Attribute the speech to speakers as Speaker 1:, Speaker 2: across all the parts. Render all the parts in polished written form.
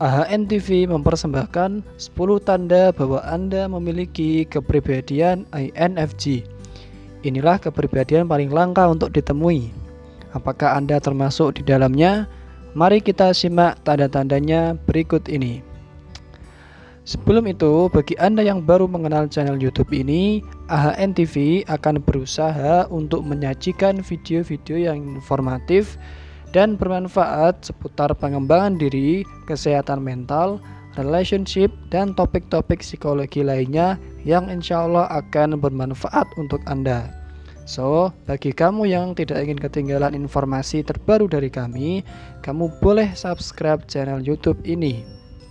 Speaker 1: AHN TV mempersembahkan 10 tanda bahwa Anda memiliki kepribadian INFJ. Inilah kepribadian paling langka untuk ditemui. Apakah Anda termasuk di dalamnya? Mari kita simak tanda-tandanya berikut ini. Sebelum itu, bagi Anda yang baru mengenal channel YouTube ini, AHN TV akan berusaha untuk menyajikan video-video yang informatif dan bermanfaat seputar pengembangan diri, kesehatan mental, relationship, dan topik-topik psikologi lainnya yang insya Allah akan bermanfaat untuk Anda. So, bagi kamu yang tidak ingin ketinggalan informasi terbaru dari kami, kamu boleh subscribe channel YouTube ini.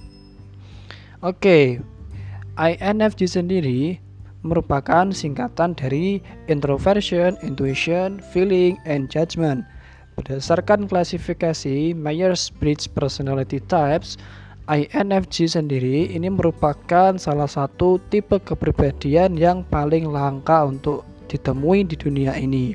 Speaker 1: Oke, INFJ sendiri merupakan singkatan dari Introversion, Intuition, Feeling, and Judgment. Berdasarkan klasifikasi Myers-Briggs Personality Types, INFJ sendiri ini merupakan salah satu tipe kepribadian yang paling langka untuk ditemui di dunia ini.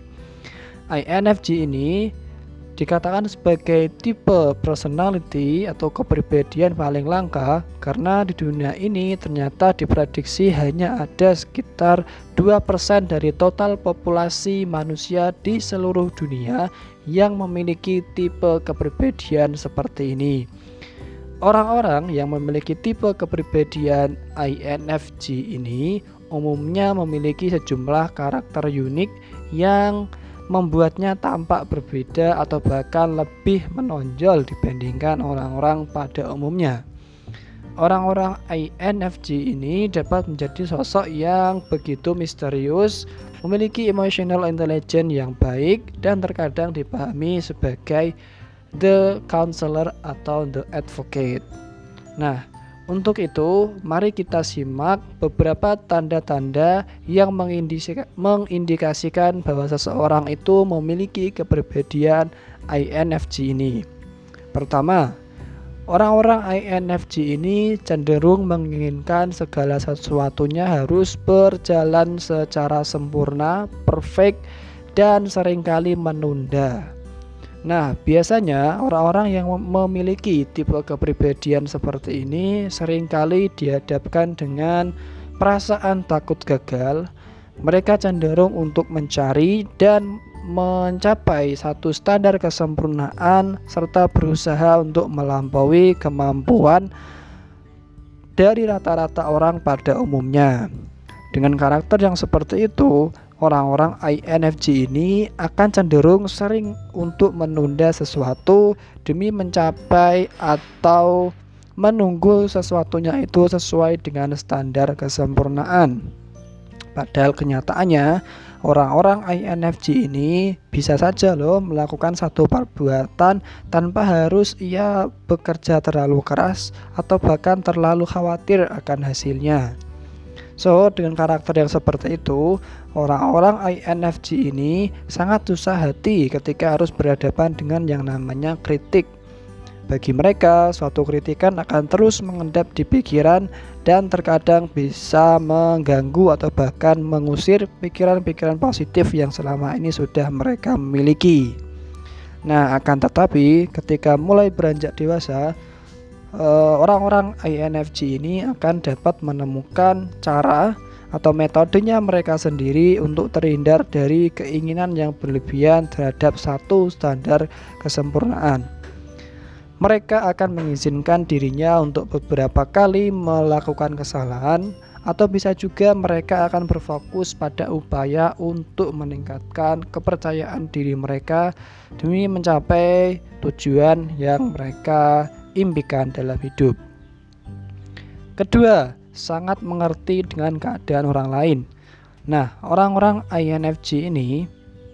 Speaker 1: INFJ ini dikatakan sebagai tipe personality atau kepribadian paling langka karena di dunia ini ternyata diprediksi hanya ada sekitar 2% dari total populasi manusia di seluruh dunia yang memiliki tipe kepribadian seperti ini. Orang-orang yang memiliki tipe kepribadian INFJ ini umumnya memiliki sejumlah karakter unik yang membuatnya tampak berbeda atau bahkan lebih menonjol dibandingkan orang-orang pada umumnya. Orang-orang INFJ ini dapat menjadi sosok yang begitu misterius, memiliki emotional intelligence yang baik, dan terkadang dipahami sebagai the counselor atau the advocate. Nah, untuk itu, mari kita simak beberapa tanda-tanda yang mengindikasikan bahwa seseorang itu memiliki kepribadian INFJ ini. Pertama, orang-orang INFJ ini cenderung menginginkan segala sesuatunya harus berjalan secara sempurna, perfect, dan seringkali menunda. Nah, biasanya orang-orang yang memiliki tipe kepribadian seperti ini seringkali dihadapkan dengan perasaan takut gagal. Mereka cenderung untuk mencari dan mencapai satu standar kesempurnaan serta berusaha untuk melampaui kemampuan dari rata-rata orang pada umumnya. Dengan karakter yang seperti itu, orang-orang INFJ ini akan cenderung sering untuk menunda sesuatu demi mencapai atau menunggu sesuatunya itu sesuai dengan standar kesempurnaan. Padahal kenyataannya orang-orang INFJ ini bisa saja melakukan satu perbuatan tanpa harus ia bekerja terlalu keras atau bahkan terlalu khawatir akan hasilnya. So, dengan karakter yang seperti itu, orang-orang INFJ ini sangat susah hati ketika harus berhadapan dengan yang namanya kritik. Bagi mereka, suatu kritikan akan terus mengendap di pikiran dan terkadang bisa mengganggu atau bahkan mengusir pikiran-pikiran positif yang selama ini sudah mereka miliki. Nah, akan tetapi ketika mulai beranjak dewasa, orang-orang INFJ ini akan dapat menemukan cara atau metodenya mereka sendiri untuk terhindar dari keinginan yang berlebihan terhadap satu standar kesempurnaan. Mereka akan mengizinkan dirinya untuk beberapa kali melakukan kesalahan, atau bisa juga mereka akan berfokus pada upaya untuk meningkatkan kepercayaan diri mereka demi mencapai tujuan yang mereka impikan dalam hidup. Kedua, sangat mengerti dengan keadaan orang lain. Nah, orang-orang INFJ ini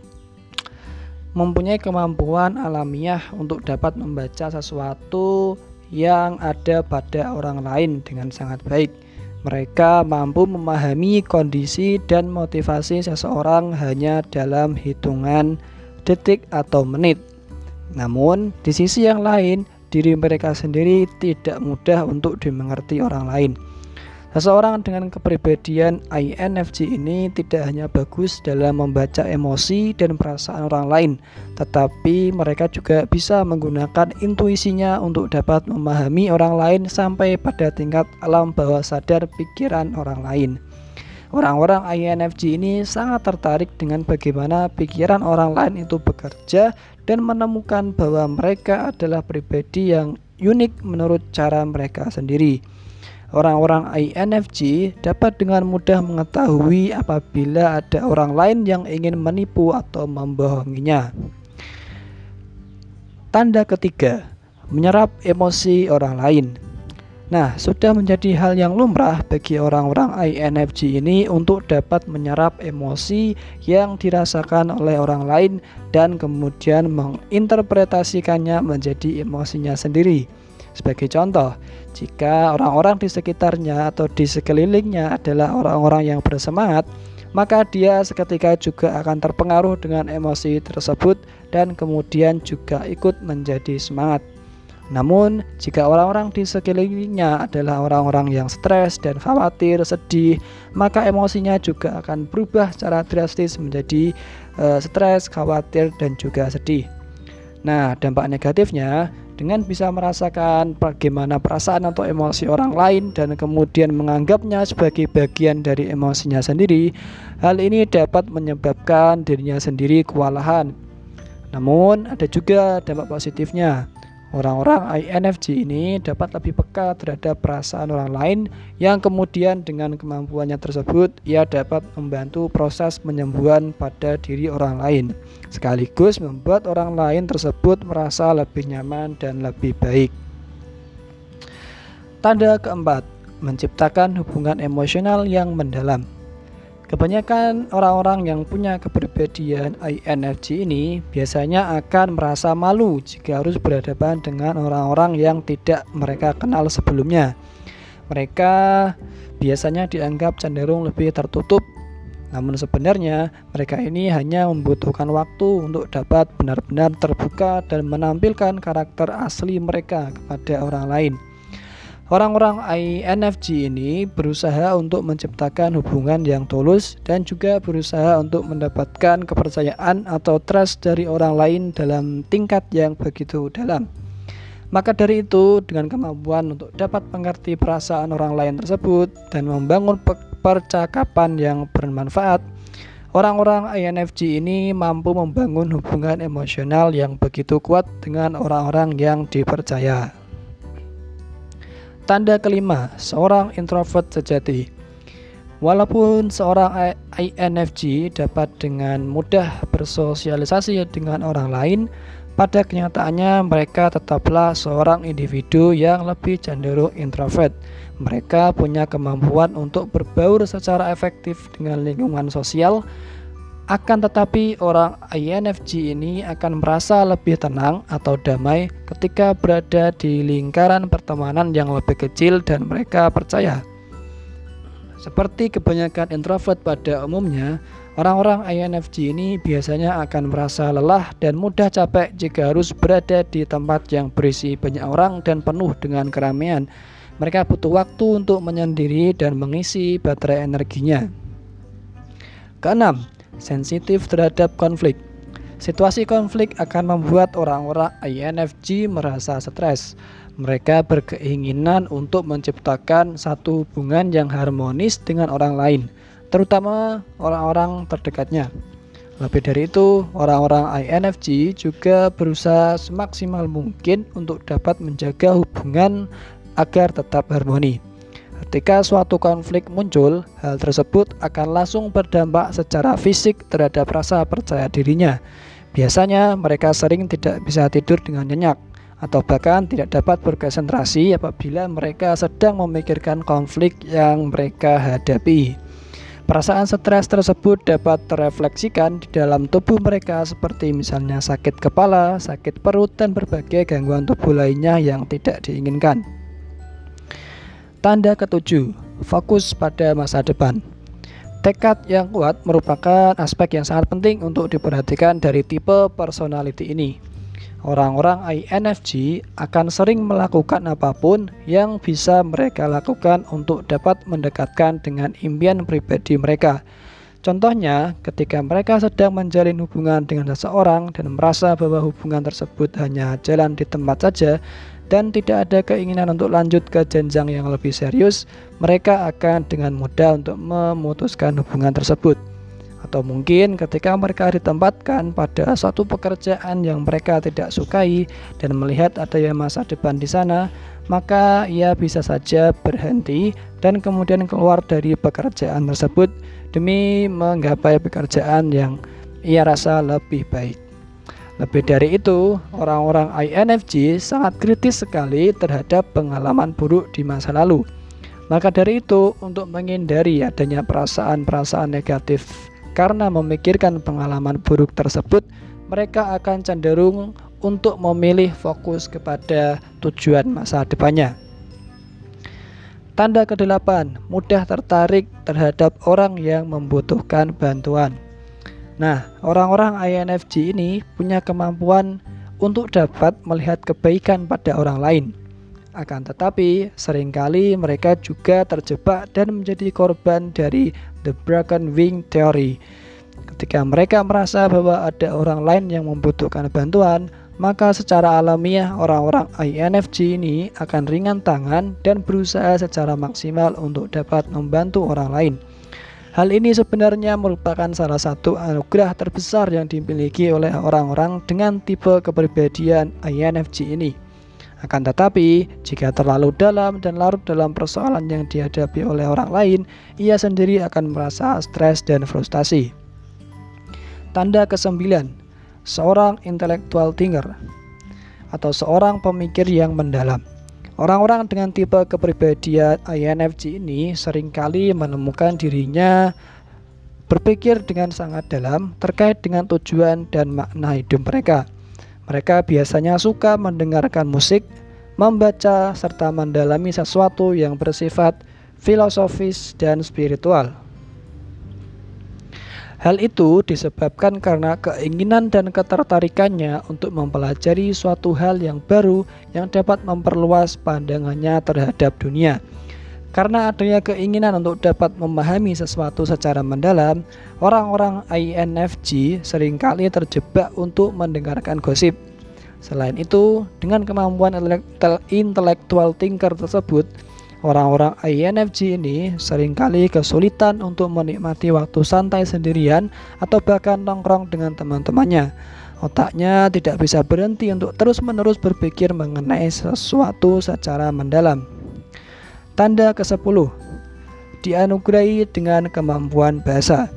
Speaker 1: mempunyai kemampuan alamiah untuk dapat membaca sesuatu yang ada pada orang lain dengan sangat baik. Mereka mampu memahami kondisi dan motivasi seseorang hanya dalam hitungan detik atau menit. Namun, di sisi yang lain, diri mereka sendiri tidak mudah untuk dimengerti orang lain. Seseorang dengan kepribadian INFJ ini tidak hanya bagus dalam membaca emosi dan perasaan orang lain, tetapi mereka juga bisa menggunakan intuisinya untuk dapat memahami orang lain sampai pada tingkat alam bawah sadar pikiran orang lain. Orang-orang INFJ ini sangat tertarik dengan bagaimana pikiran orang lain itu bekerja dan menemukan bahwa mereka adalah pribadi yang unik menurut cara mereka sendiri. Orang-orang INFJ dapat dengan mudah mengetahui apabila ada orang lain yang ingin menipu atau membohonginya. Tanda ketiga, menyerap emosi orang lain. Nah, sudah menjadi hal yang lumrah bagi orang-orang INFJ ini untuk dapat menyerap emosi yang dirasakan oleh orang lain dan kemudian menginterpretasikannya menjadi emosinya sendiri. Sebagai contoh, jika orang-orang di sekitarnya atau di sekelilingnya adalah orang-orang yang bersemangat, maka dia seketika juga akan terpengaruh dengan emosi tersebut dan kemudian juga ikut menjadi semangat. Namun, jika orang-orang di sekelilingnya adalah orang-orang yang stres dan khawatir, sedih, maka emosinya juga akan berubah secara drastis menjadi stres, khawatir, dan juga sedih. Nah, dampak negatifnya, dengan bisa merasakan bagaimana perasaan atau emosi orang lain dan kemudian menganggapnya sebagai bagian dari emosinya sendiri, hal ini dapat menyebabkan dirinya sendiri kewalahan. Namun, ada juga dampak positifnya. Orang-orang INFJ ini dapat lebih peka terhadap perasaan orang lain yang kemudian dengan kemampuannya tersebut ia dapat membantu proses penyembuhan pada diri orang lain, sekaligus membuat orang lain tersebut merasa lebih nyaman dan lebih baik. Tanda keempat, menciptakan hubungan emosional yang mendalam. Kebanyakan orang-orang yang punya kepribadian INFJ ini biasanya akan merasa malu jika harus berhadapan dengan orang-orang yang tidak mereka kenal sebelumnya. Mereka biasanya dianggap cenderung lebih tertutup, namun sebenarnya mereka ini hanya membutuhkan waktu untuk dapat benar-benar terbuka dan menampilkan karakter asli mereka kepada orang lain. Orang-orang INFJ ini berusaha untuk menciptakan hubungan yang tulus dan juga berusaha untuk mendapatkan kepercayaan atau trust dari orang lain dalam tingkat yang begitu dalam. Maka dari itu, dengan kemampuan untuk dapat mengerti perasaan orang lain tersebut dan membangun percakapan yang bermanfaat, orang-orang INFJ ini mampu membangun hubungan emosional yang begitu kuat dengan orang-orang yang dipercaya. Tanda kelima, seorang introvert sejati. Walaupun seorang INFJ dapat dengan mudah bersosialisasi dengan orang lain, pada kenyataannya mereka tetaplah seorang individu yang lebih cenderung introvert. Mereka punya kemampuan untuk berbaur secara efektif dengan lingkungan sosial. Akan tetapi orang INFJ ini akan merasa lebih tenang atau damai ketika berada di lingkaran pertemanan yang lebih kecil dan mereka percaya. Seperti kebanyakan introvert pada umumnya, orang-orang INFJ ini biasanya akan merasa lelah dan mudah capek jika harus berada di tempat yang berisi banyak orang dan penuh dengan keramaian. Mereka butuh waktu untuk menyendiri dan mengisi baterai energinya. Keenam, sensitif terhadap konflik. Situasi konflik akan membuat orang-orang INFJ merasa stres. Mereka berkeinginan untuk menciptakan satu hubungan yang harmonis dengan orang lain, terutama orang-orang terdekatnya. Lebih dari itu, orang-orang INFJ juga berusaha semaksimal mungkin untuk dapat menjaga hubungan agar tetap harmoni. Ketika suatu konflik muncul, hal tersebut akan langsung berdampak secara fisik terhadap rasa percaya dirinya. Biasanya mereka sering tidak bisa tidur dengan nyenyak atau bahkan tidak dapat berkonsentrasi apabila mereka sedang memikirkan konflik yang mereka hadapi. Perasaan stres tersebut dapat terefleksikan di dalam tubuh mereka seperti misalnya sakit kepala, sakit perut, dan berbagai gangguan tubuh lainnya yang tidak diinginkan. Tanda ketujuh, fokus pada masa depan. Tekad yang kuat merupakan aspek yang sangat penting untuk diperhatikan dari tipe personality ini. Orang-orang INFJ akan sering melakukan apapun yang bisa mereka lakukan untuk dapat mendekatkan dengan impian pribadi mereka. Contohnya, ketika mereka sedang menjalin hubungan dengan seseorang dan merasa bahwa hubungan tersebut hanya jalan di tempat saja dan tidak ada keinginan untuk lanjut ke jenjang yang lebih serius, mereka akan dengan mudah untuk memutuskan hubungan tersebut. Atau mungkin ketika mereka ditempatkan pada suatu pekerjaan yang mereka tidak sukai dan melihat adanya masa depan di sana, maka ia bisa saja berhenti dan kemudian keluar dari pekerjaan tersebut demi menggapai pekerjaan yang ia rasa lebih baik. Lebih dari itu, orang-orang INFJ sangat kritis sekali terhadap pengalaman buruk di masa lalu. Maka dari itu, untuk menghindari adanya perasaan-perasaan negatif karena memikirkan pengalaman buruk tersebut, mereka akan cenderung untuk memilih fokus kepada tujuan masa depannya. Tanda ke-8, mudah tertarik terhadap orang yang membutuhkan bantuan. Nah, orang-orang INFJ ini punya kemampuan untuk dapat melihat kebaikan pada orang lain. Akan tetapi, seringkali mereka juga terjebak dan menjadi korban dari the broken wing theory. Ketika mereka merasa bahwa ada orang lain yang membutuhkan bantuan, maka secara alamiah orang-orang INFJ ini akan ringan tangan dan berusaha secara maksimal untuk dapat membantu orang lain. Hal ini sebenarnya merupakan salah satu anugerah terbesar yang dimiliki oleh orang-orang dengan tipe kepribadian INFJ ini. Akan tetapi, jika terlalu dalam dan larut dalam persoalan yang dihadapi oleh orang lain, ia sendiri akan merasa stres dan frustasi. Tanda ke-9, seorang intellectual thinker atau seorang pemikir yang mendalam. Orang-orang dengan tipe kepribadian INFJ ini seringkali menemukan dirinya berpikir dengan sangat dalam terkait dengan tujuan dan makna hidup mereka. Mereka biasanya suka mendengarkan musik, membaca, serta mendalami sesuatu yang bersifat filosofis dan spiritual. Hal itu disebabkan karena keinginan dan ketertarikannya untuk mempelajari suatu hal yang baru yang dapat memperluas pandangannya terhadap dunia. Karena adanya keinginan untuk dapat memahami sesuatu secara mendalam, orang-orang INFJ seringkali terjebak untuk mendengarkan gosip. Selain itu, dengan kemampuan intellectual thinker tersebut, orang-orang INFJ ini seringkali kesulitan untuk menikmati waktu santai sendirian atau bahkan nongkrong dengan teman-temannya. Otaknya tidak bisa berhenti untuk terus-menerus berpikir mengenai sesuatu secara mendalam. Tanda ke-10, dianugerahi dengan kemampuan bahasa.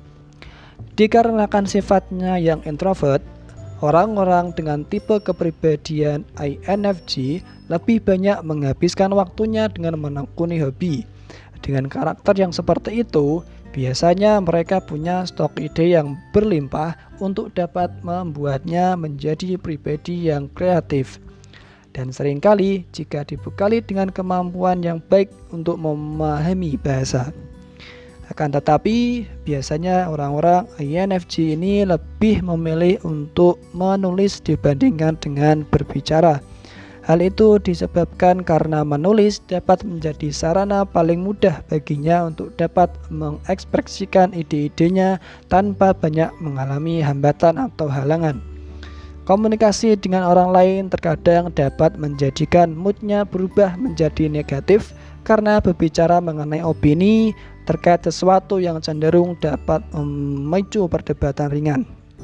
Speaker 1: Dikarenakan sifatnya yang introvert, orang-orang dengan tipe kepribadian INFJ lebih banyak menghabiskan waktunya dengan menekuni hobi. Dengan karakter yang seperti itu, biasanya mereka punya stok ide yang berlimpah untuk dapat membuatnya menjadi pribadi yang kreatif. Dan seringkali jika dibekali dengan kemampuan yang baik untuk memahami bahasa. Akan tetapi, biasanya orang-orang INFJ ini lebih memilih untuk menulis dibandingkan dengan berbicara. Hal itu disebabkan karena menulis dapat menjadi sarana paling mudah baginya untuk dapat mengekspresikan ide-idenya tanpa banyak mengalami hambatan atau halangan. Komunikasi dengan orang lain terkadang dapat menjadikan moodnya berubah menjadi negatif karena berbicara mengenai opini terkait sesuatu yang cenderung dapat memicu perdebatan ringan.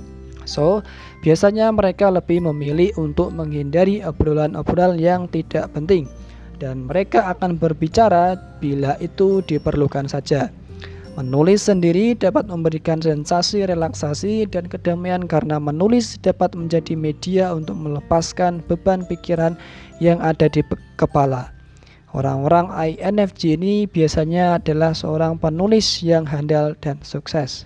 Speaker 1: Biasanya mereka lebih memilih untuk menghindari obrolan-obrolan yang tidak penting dan mereka akan berbicara bila itu diperlukan saja. Menulis sendiri dapat memberikan sensasi relaksasi dan kedamaian karena menulis dapat menjadi media untuk melepaskan beban pikiran yang ada di kepala. Orang-orang INFJ ini biasanya adalah seorang penulis yang handal dan sukses.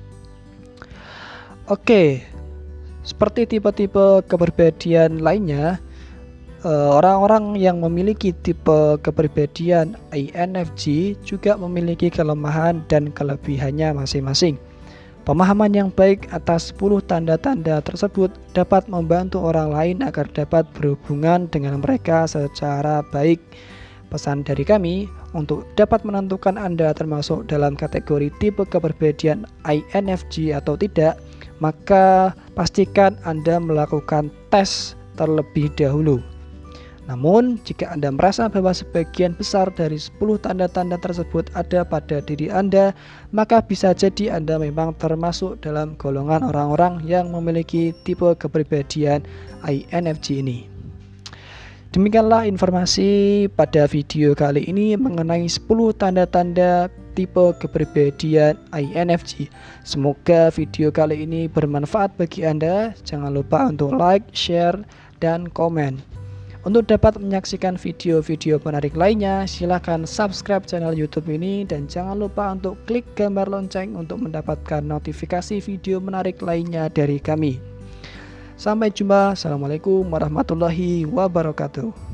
Speaker 1: Oke, seperti tipe-tipe kepribadian lainnya, orang-orang yang memiliki tipe kepribadian INFJ juga memiliki kelemahan dan kelebihannya masing-masing. Pemahaman yang baik atas 10 tanda-tanda tersebut dapat membantu orang lain agar dapat berhubungan dengan mereka secara baik. Pesan dari kami, untuk dapat menentukan Anda termasuk dalam kategori tipe kepribadian INFJ atau tidak, maka pastikan Anda melakukan tes terlebih dahulu. Namun, jika Anda merasa bahwa sebagian besar dari 10 tanda-tanda tersebut ada pada diri Anda, maka bisa jadi Anda memang termasuk dalam golongan orang-orang yang memiliki tipe kepribadian INFJ ini. Demikianlah informasi pada video kali ini mengenai 10 tanda-tanda tipe kepribadian INFJ. Semoga video kali ini bermanfaat bagi Anda. Jangan lupa untuk like, share, dan komen. Untuk dapat menyaksikan video-video menarik lainnya, silahkan subscribe channel YouTube ini dan jangan lupa untuk klik gambar lonceng untuk mendapatkan notifikasi video menarik lainnya dari kami. Sampai jumpa. Assalamualaikum warahmatullahi wabarakatuh.